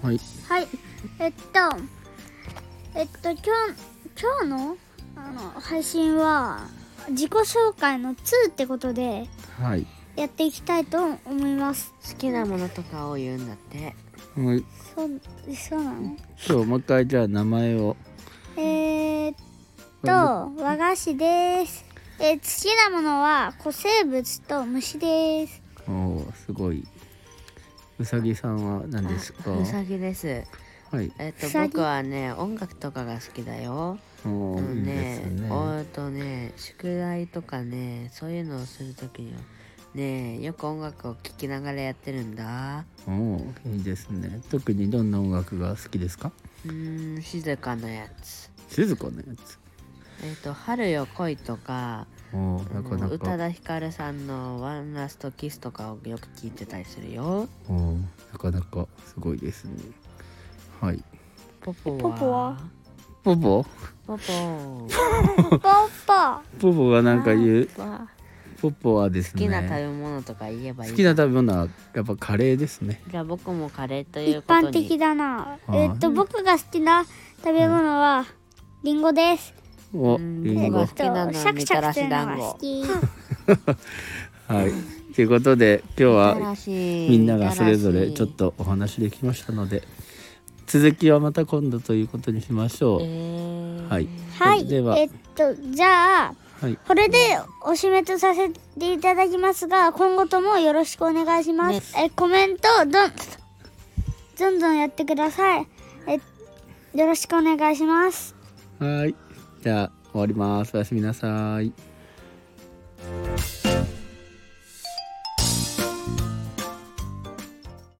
はい。 はい。今日の配信は自己紹介の2ってことではい。 やっていきたいと思います。 好きなものとかを言うんだって。 はい。 そうなの？ 今日もう一回じゃあ名前を。 和菓子です。好きなものは古生物と虫です。 おー、すごい。うさぎさんは何ですか？ うさぎです。 はい。 僕はね、音楽とかが好きだよ。 おー、いいですね。 宿題とかね、そういうのをするときにはね、よく音楽を聴きながらやってるんだ。 おー、いいですね。特にどんな音楽が好きですか？ 静かなやつ。 静かなやつ。 春よ来いとか、 おー、なかな宇多か。 田ヒカルさんのワンラストキスとかをよく聴いてたりするよ。 おー、なかなかすごいですね。はい。 ポポポポはポポポポポポがなんか言う。 わポポはですね。 好きな食べ物とか言えばいい。 好きな食べ物はやっぱカレーですね。 じゃあ僕もカレーとい一うことに。 般的だな。 はい僕が好きな食べ物はリンゴです。 お、リンゴ。 僕が好きなのはシャクシャみたらしクするのが団子。 好き。 はい。ということで今日はみんながそれぞれちょっと。 とお話できましたので、続きはまた今度ということにしましょう。はい。 はい。 では、 じゃあはい。 これでお締めとさせていただきますが、今後ともよろしくお願いします。コメントどんどんやってください。よろしくお願いします。 はい。じゃあ終わります。おやすみなさい。